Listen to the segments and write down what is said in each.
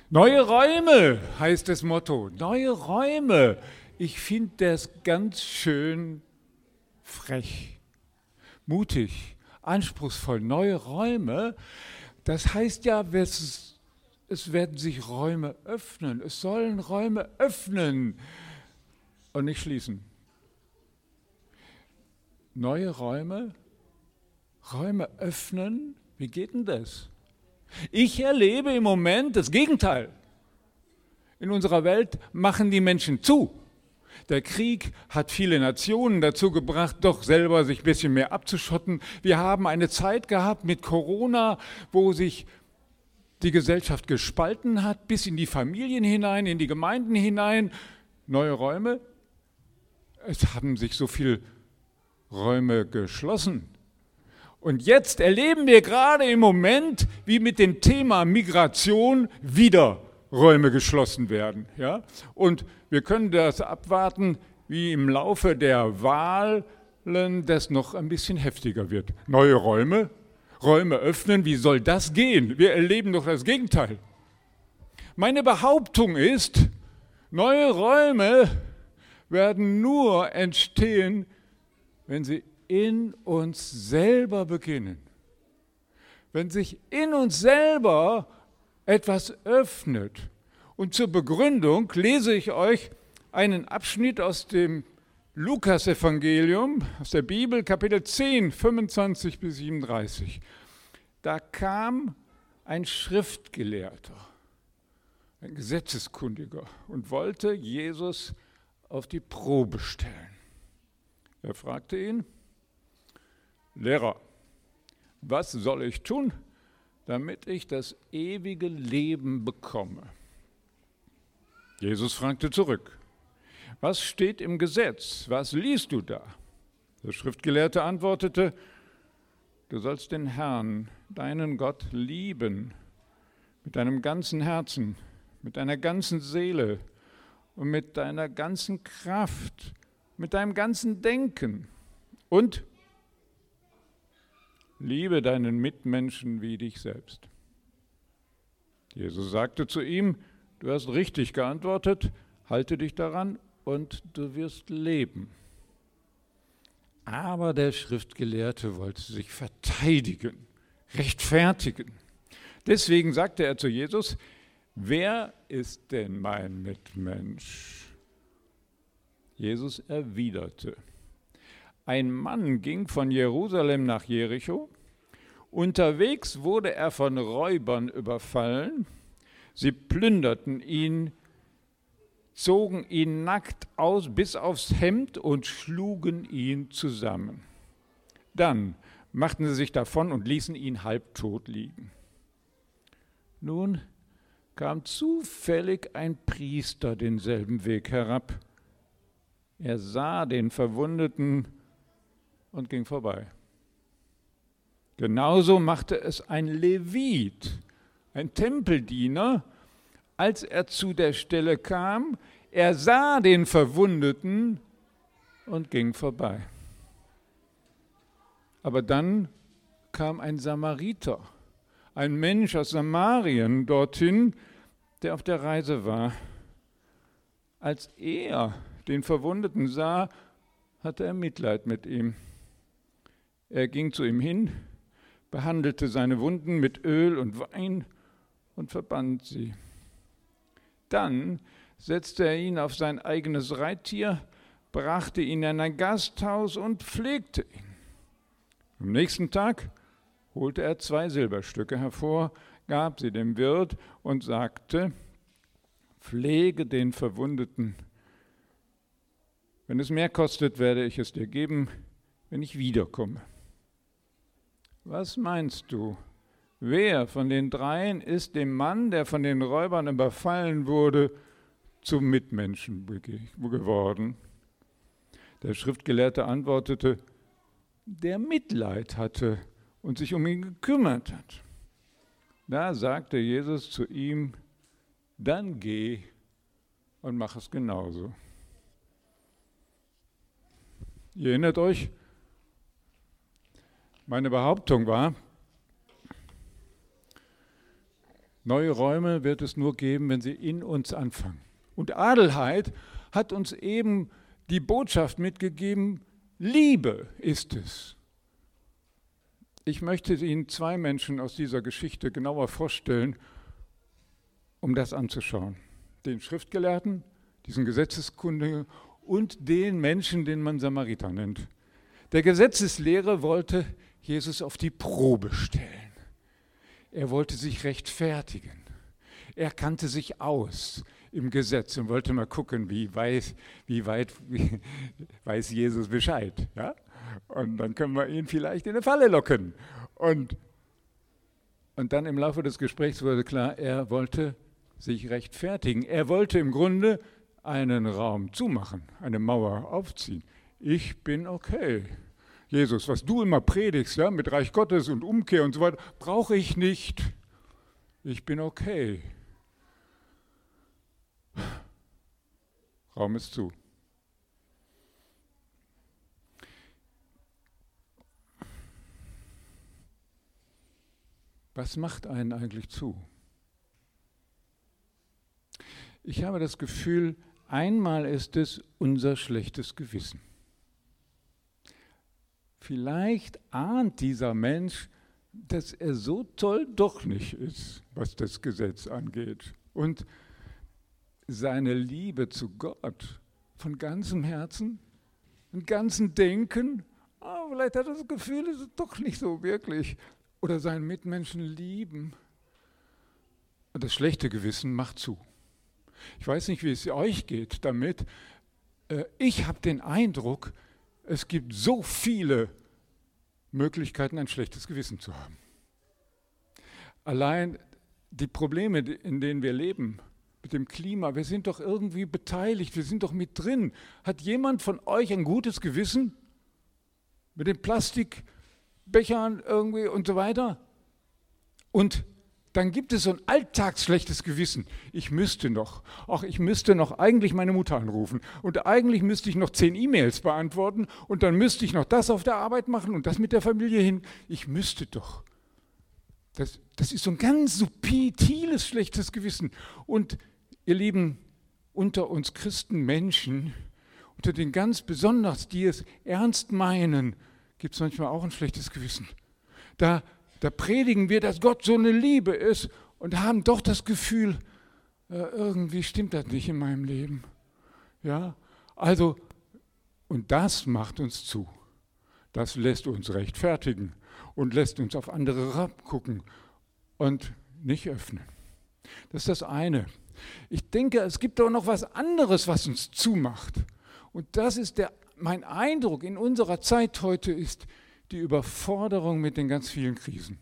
Neue Räume heißt das Motto. Neue Räume. Ich finde das ganz schön frech, mutig, anspruchsvoll. Neue Räume, das heißt ja, es werden sich Räume öffnen. Es sollen Räume öffnen und nicht schließen. Neue Räume, Räume öffnen, wie geht denn das? Ich erlebe im Moment das Gegenteil. In unserer Welt machen die Menschen zu. Der Krieg hat viele Nationen dazu gebracht, doch selber sich ein bisschen mehr abzuschotten. Wir haben eine Zeit gehabt mit Corona, wo sich die Gesellschaft gespalten hat, bis in die Familien hinein, in die Gemeinden hinein. Neue Räume. Es haben sich so viele Räume geschlossen. Und jetzt erleben wir gerade im Moment, wie mit dem Thema Migration wieder Räume geschlossen werden. Ja? Und wir können das abwarten, wie im Laufe der Wahlen das noch ein bisschen heftiger wird. Neue Räume, Räume öffnen, wie soll das gehen? Wir erleben doch das Gegenteil. Meine Behauptung ist, neue Räume werden nur entstehen, wenn sie in uns selber beginnen. Wenn sich in uns selber etwas öffnet. Und zur Begründung lese ich euch einen Abschnitt aus dem Lukas-Evangelium, aus der Bibel, Kapitel 10, 25 bis 37. Da kam ein Schriftgelehrter, ein Gesetzeskundiger und wollte Jesus auf die Probe stellen. Er fragte ihn: Lehrer, was soll ich tun, damit ich das ewige Leben bekomme? Jesus fragte zurück: Was steht im Gesetz? Was liest du da? Der Schriftgelehrte antwortete: Du sollst den Herrn, deinen Gott, lieben mit deinem ganzen Herzen, mit deiner ganzen Seele und mit deiner ganzen Kraft, mit deinem ganzen Denken und liebe deinen Mitmenschen wie dich selbst. Jesus sagte zu ihm: Du hast richtig geantwortet, halte dich daran und du wirst leben. Aber der Schriftgelehrte wollte sich verteidigen, rechtfertigen. Deswegen sagte er zu Jesus: Wer ist denn mein Mitmensch? Jesus erwiderte: Ein Mann ging von Jerusalem nach Jericho. Unterwegs wurde er von Räubern überfallen. Sie plünderten ihn, zogen ihn nackt aus bis aufs Hemd und schlugen ihn zusammen. Dann machten sie sich davon und ließen ihn halbtot liegen. Nun kam zufällig ein Priester denselben Weg herab. Er sah den Verwundeten und ging vorbei. Genauso machte es ein Levit, ein Tempeldiener, als er zu der Stelle kam. Er sah den Verwundeten und ging vorbei. Aber dann kam ein Samariter, ein Mensch aus Samarien dorthin, der auf der Reise war. Als er den Verwundeten sah, hatte er Mitleid mit ihm. Er ging zu ihm hin, behandelte seine Wunden mit Öl und Wein und verband sie. Dann setzte er ihn auf sein eigenes Reittier, brachte ihn in ein Gasthaus und pflegte ihn. Am nächsten Tag holte er 2 Silberstücke hervor, gab sie dem Wirt und sagte: Pflege den Verwundeten. Wenn es mehr kostet, werde ich es dir geben, wenn ich wiederkomme. Was meinst du? Wer von den dreien ist dem Mann, der von den Räubern überfallen wurde, zum Mitmenschen geworden? Der Schriftgelehrte antwortete: Der Mitleid hatte und sich um ihn gekümmert hat. Da sagte Jesus zu ihm: Dann geh und mach es genauso. Ihr erinnert euch, meine Behauptung war, Neue Räume wird es nur geben, wenn sie in uns anfangen. Und Adelheid hat uns eben die Botschaft mitgegeben, Liebe ist es. Ich möchte Ihnen 2 Menschen aus dieser Geschichte genauer vorstellen, um das anzuschauen. Den Schriftgelehrten, diesen Gesetzeskundigen und den Menschen, den man Samariter nennt. Der Gesetzeslehrer wollte Jesus auf die Probe stellen. Er wollte sich rechtfertigen. Er kannte sich aus im Gesetz und wollte mal gucken, wie weit weiß Jesus Bescheid. Ja? Und dann können wir ihn vielleicht in eine Falle locken. Und dann im Laufe des Gesprächs wurde klar, er wollte sich rechtfertigen. Er wollte im Grunde einen Raum zumachen, eine Mauer aufziehen. Ich bin okay. Jesus, was du immer predigst, ja, mit Reich Gottes und Umkehr und so weiter, brauche ich nicht. Ich bin okay. Raum ist zu. Was macht einen eigentlich zu? Ich habe das Gefühl, einmal ist es unser schlechtes Gewissen. Vielleicht ahnt dieser Mensch, dass er so toll doch nicht ist, was das Gesetz angeht. Und seine Liebe zu Gott von ganzem Herzen, von ganzem Denken, vielleicht hat er das Gefühl, es ist doch nicht so wirklich. Oder seinen Mitmenschen lieben. Und das schlechte Gewissen macht zu. Ich weiß nicht, wie es euch geht damit. Ich habe den Eindruck, es gibt so viele Möglichkeiten, ein schlechtes Gewissen zu haben. Allein die Probleme, in denen wir leben, mit dem Klima, wir sind doch irgendwie beteiligt, wir sind doch mit drin. Hat jemand von euch ein gutes Gewissen mit den Plastikbechern irgendwie und so weiter? Und dann gibt es so ein alltagsschlechtes Gewissen. Ich müsste noch eigentlich meine Mutter anrufen und eigentlich müsste ich noch 10 E-Mails beantworten und dann müsste ich noch das auf der Arbeit machen und das mit der Familie hin. Ich müsste doch. Das ist so ein ganz subtiles schlechtes Gewissen. Und ihr Lieben, unter uns Christenmenschen, unter den ganz besonders, die es ernst meinen, gibt es manchmal auch ein schlechtes Gewissen. Da predigen wir, dass Gott so eine Liebe ist und haben doch das Gefühl, irgendwie stimmt das nicht in meinem Leben. Ja, also, und das macht uns zu. Das lässt uns rechtfertigen und lässt uns auf andere herabgucken und nicht öffnen. Das ist das eine. Ich denke, es gibt auch noch was anderes, was uns zumacht. Und das ist mein Eindruck in unserer Zeit heute ist, die Überforderung mit den ganz vielen Krisen,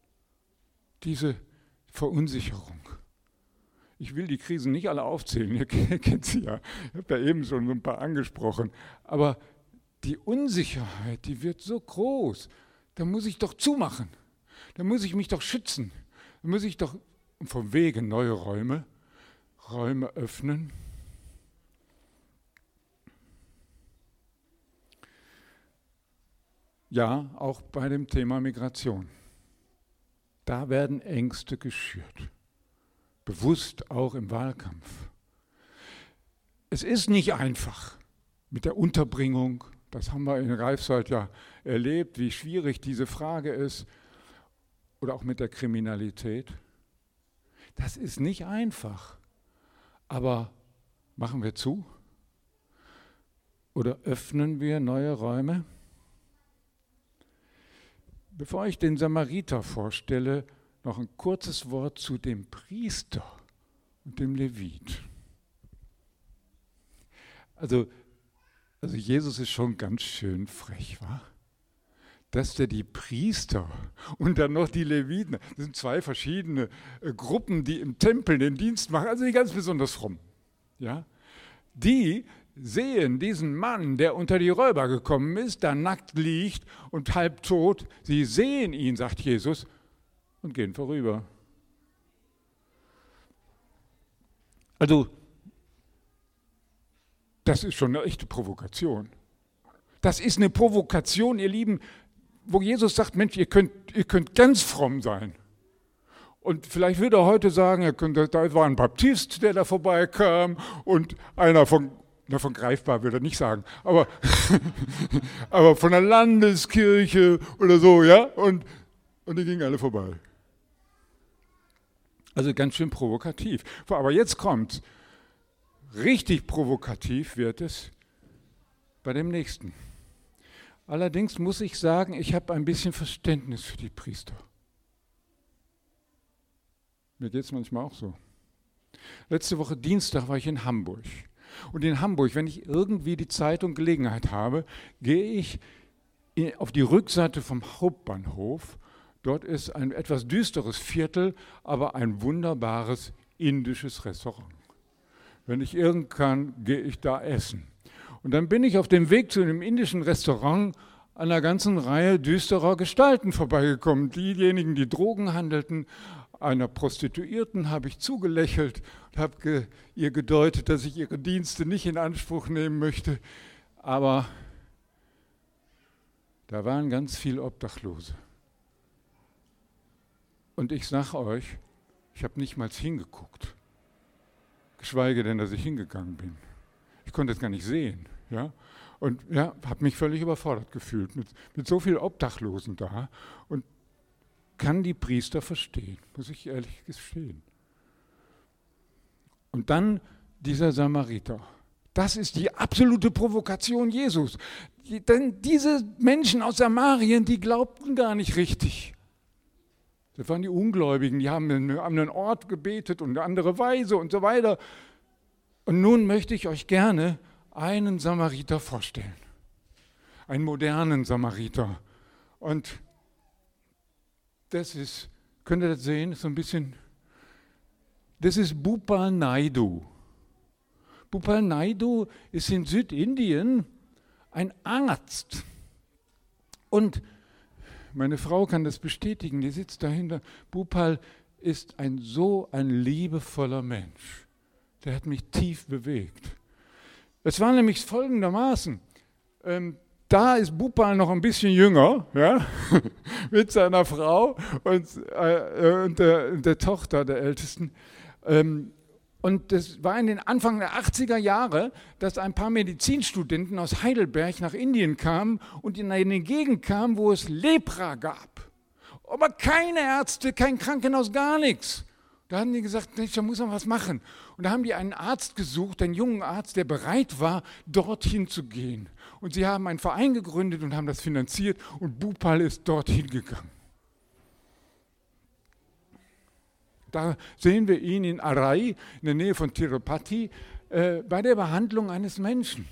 diese Verunsicherung. Ich will die Krisen nicht alle aufzählen, ihr kennt sie ja, ich habe da eben schon so ein paar angesprochen, aber die Unsicherheit, die wird so groß, da muss ich doch zumachen, da muss ich mich doch schützen, da muss ich doch vom Wege neue Räume öffnen. Ja, auch bei dem Thema Migration. Da werden Ängste geschürt, bewusst auch im Wahlkampf. Es ist nicht einfach mit der Unterbringung, das haben wir in Greifswald ja erlebt, wie schwierig diese Frage ist, oder auch mit der Kriminalität. Das ist nicht einfach, aber machen wir zu? Oder öffnen wir neue Räume? Bevor ich den Samariter vorstelle, noch ein kurzes Wort zu dem Priester und dem Levit. Also Jesus ist schon ganz schön frech, wa? Dass der die Priester und dann noch die Leviten, das sind 2 verschiedene Gruppen, die im Tempel den Dienst machen, also die ganz besonders fromm. Ja? Die sehen diesen Mann, der unter die Räuber gekommen ist, da nackt liegt und halb tot. Sie sehen ihn, sagt Jesus, und gehen vorüber. Also, das ist schon eine echte Provokation. Das ist eine Provokation, ihr Lieben, wo Jesus sagt, Mensch, ihr könnt ganz fromm sein. Und vielleicht würde er heute sagen, da war ein Baptist, der da vorbeikam und einer von greifbar würde er nicht sagen, aber, aber von der Landeskirche oder so, ja, und die gingen alle vorbei. Also ganz schön provokativ. Aber jetzt kommt, richtig provokativ wird es bei dem nächsten. Allerdings muss ich sagen, ich habe ein bisschen Verständnis für die Priester. Mir geht es manchmal auch so. Letzte Woche Dienstag war ich in Hamburg. Und in Hamburg, wenn ich irgendwie die Zeit und Gelegenheit habe, gehe ich auf die Rückseite vom Hauptbahnhof. Dort ist ein etwas düsteres Viertel, aber ein wunderbares indisches Restaurant. Wenn ich irgend kann, gehe ich da essen. Und dann bin ich auf dem Weg zu einem indischen Restaurant an einer ganzen Reihe düsterer Gestalten vorbeigekommen. Diejenigen, die Drogen handelten, einer Prostituierten habe ich zugelächelt und habe ihr gedeutet, dass ich ihre Dienste nicht in Anspruch nehmen möchte. Aber da waren ganz viele Obdachlose. Und ich sage euch, ich habe nicht mal hingeguckt. Geschweige denn, dass ich hingegangen bin. Ich konnte es gar nicht sehen. Ja? Und ja, habe mich völlig überfordert gefühlt mit so vielen Obdachlosen da und kann die Priester verstehen, muss ich ehrlich gestehen. Und dann dieser Samariter. Das ist die absolute Provokation Jesus. Denn diese Menschen aus Samarien, die glaubten gar nicht richtig. Das waren die Ungläubigen, die haben an einen Ort gebetet und eine andere Weise und so weiter. Und nun möchte ich euch gerne einen Samariter vorstellen. Einen modernen Samariter. Und das ist, könnt ihr das sehen, so ein bisschen, das ist Bhupal Naidu. Bhupal Naidu ist in Südindien ein Arzt. Und meine Frau kann das bestätigen, die sitzt dahinter. Bhupal ist so ein liebevoller Mensch. Der hat mich tief bewegt. Es war nämlich folgendermaßen, da ist Bhupal noch ein bisschen jünger, ja, mit seiner Frau und der Tochter, der Ältesten. Und das war in den Anfang der 80er Jahre, dass ein paar Medizinstudenten aus Heidelberg nach Indien kamen und in eine Gegend kamen, wo es Lepra gab. Aber keine Ärzte, kein Krankenhaus, gar nichts. Da haben die gesagt, da muss man was machen. Und da haben die einen Arzt gesucht, einen jungen Arzt, der bereit war, dorthin zu gehen. Und sie haben einen Verein gegründet und haben das finanziert und Bhupal ist dorthin gegangen. Da sehen wir ihn in Arai, in der Nähe von Tirupati, bei der Behandlung eines Menschen.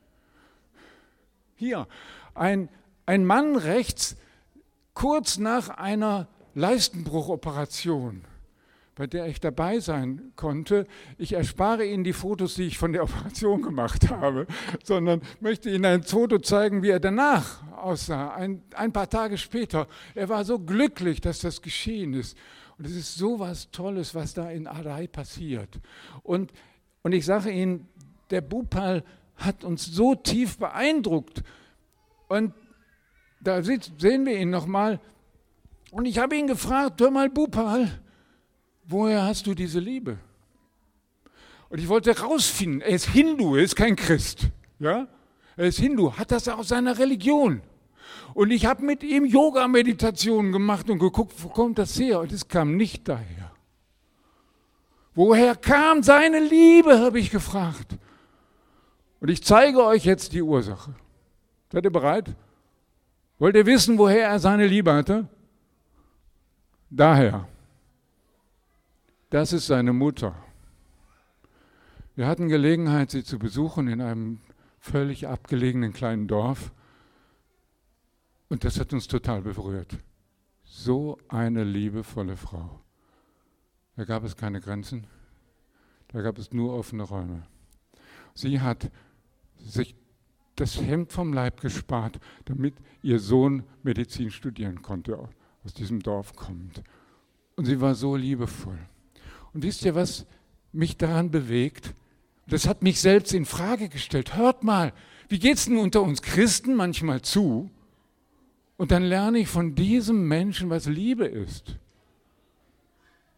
Hier, ein Mann rechts, kurz nach einer Leistenbruchoperation, bei der ich dabei sein konnte. Ich erspare Ihnen die Fotos, die ich von der Operation gemacht habe, sondern möchte Ihnen ein Foto zeigen, wie er danach aussah, ein paar Tage später. Er war so glücklich, dass das geschehen ist. Und es ist so was Tolles, was da in Arai passiert. Und ich sage Ihnen, der Bhupal hat uns so tief beeindruckt. Und da sehen wir ihn nochmal. Und ich habe ihn gefragt, hör mal Bhupal, woher hast du diese Liebe? Und ich wollte herausfinden, er ist Hindu, er ist kein Christ. Ja? Er ist Hindu, hat das aus seiner Religion. Und ich habe mit ihm Yoga-Meditationen gemacht und geguckt, wo kommt das her? Und es kam nicht daher. Woher kam seine Liebe, habe ich gefragt. Und ich zeige euch jetzt die Ursache. Seid ihr bereit? Wollt ihr wissen, woher er seine Liebe hatte? Daher. Das ist seine Mutter. Wir hatten Gelegenheit, sie zu besuchen in einem völlig abgelegenen kleinen Dorf. Und das hat uns total berührt. So eine liebevolle Frau. Da gab es keine Grenzen, da gab es nur offene Räume. Sie hat sich das Hemd vom Leib gespart, damit ihr Sohn Medizin studieren konnte, aus diesem Dorf kommend. Und sie war so liebevoll. Und wisst ihr, was mich daran bewegt? Das hat mich selbst in Frage gestellt. Hört mal, wie geht es denn unter uns Christen manchmal zu? Und dann lerne ich von diesem Menschen, was Liebe ist.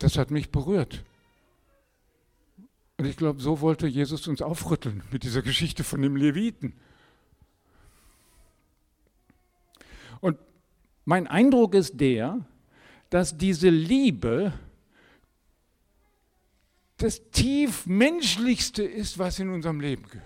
Das hat mich berührt. Und ich glaube, so wollte Jesus uns aufrütteln mit dieser Geschichte von dem Leviten. Und mein Eindruck ist der, dass diese Liebe das tief Menschlichste ist, was in unserem Leben gehört.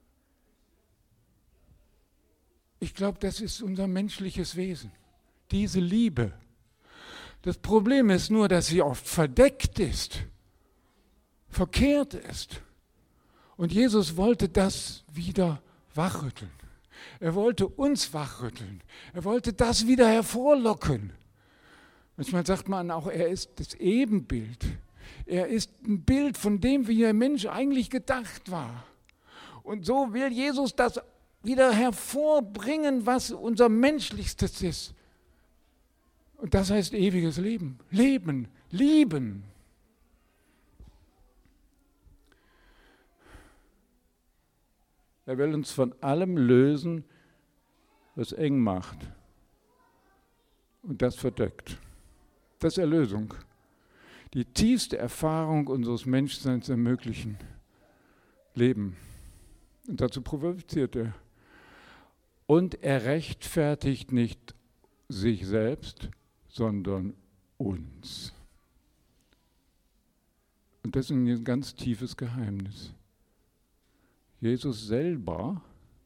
Ich glaube, das ist unser menschliches Wesen, diese Liebe. Das Problem ist nur, dass sie oft verdeckt ist, verkehrt ist. Und Jesus wollte das wieder wachrütteln. Er wollte uns wachrütteln. Er wollte das wieder hervorlocken. Manchmal sagt man auch, er ist das Ebenbild. Er ist ein Bild von dem, wie der Mensch eigentlich gedacht war. Und so will Jesus das wieder hervorbringen, was unser Menschlichstes ist. Und das heißt ewiges Leben. Leben, lieben. Er will uns von allem lösen, was eng macht. Und das verdeckt. Das ist Erlösung. Die tiefste Erfahrung unseres Menschseins ermöglichen. Leben. Und dazu provoziert er. Und er rechtfertigt nicht sich selbst, sondern uns. Und das ist ein ganz tiefes Geheimnis. Jesus selber,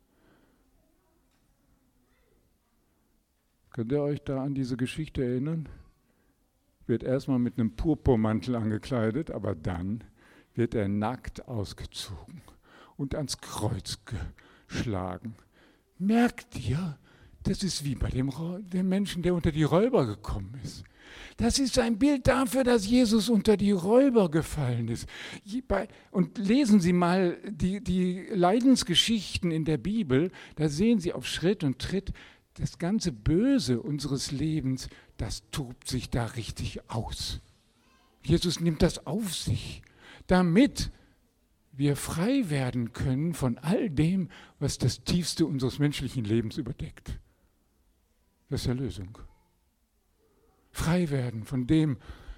könnt ihr euch da an diese Geschichte erinnern? Wird erstmal mit einem Purpurmantel angekleidet, aber dann wird er nackt ausgezogen und ans Kreuz geschlagen. Merkt ihr, das ist wie bei dem Menschen, der unter die Räuber gekommen ist. Das ist ein Bild dafür, dass Jesus unter die Räuber gefallen ist. Und lesen Sie mal die Leidensgeschichten in der Bibel, da sehen Sie auf Schritt und Tritt, das ganze Böse unseres Lebens, das tobt sich da richtig aus. Jesus nimmt das auf sich, damit wir frei werden können von all dem, was das Tiefste unseres menschlichen Lebens überdeckt. Das ist Erlösung. Frei werden von dem,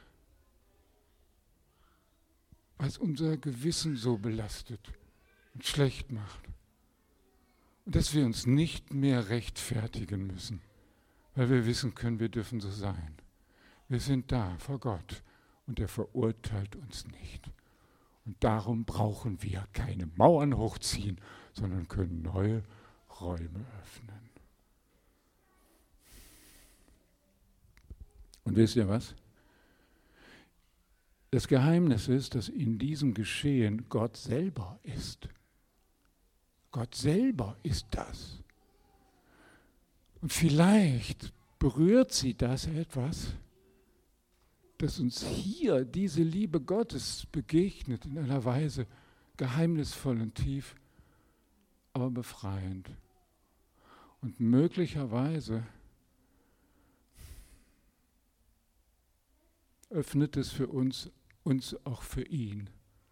was unser Gewissen so belastet und schlecht macht. Und dass wir uns nicht mehr rechtfertigen müssen, weil wir wissen können, wir dürfen so sein. Wir sind da vor Gott und er verurteilt uns nicht. Und darum brauchen wir keine Mauern hochziehen, sondern können neue Räume öffnen. Und wisst ihr was? Das Geheimnis ist, dass in diesem Geschehen Gott selber ist. Gott selber ist das. Und vielleicht berührt sie das etwas, dass uns hier diese Liebe Gottes begegnet in einer Weise geheimnisvoll und tief, aber befreiend. Und möglicherweise öffnet es für uns auch für ihn.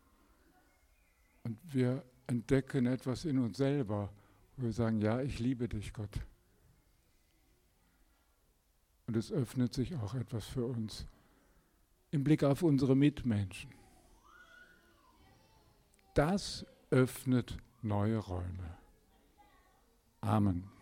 Und wir entdecken etwas in uns selber, wo wir sagen, ja, ich liebe dich, Gott. Und es öffnet sich auch etwas für uns im Blick auf unsere Mitmenschen. Das öffnet neue Räume. Amen.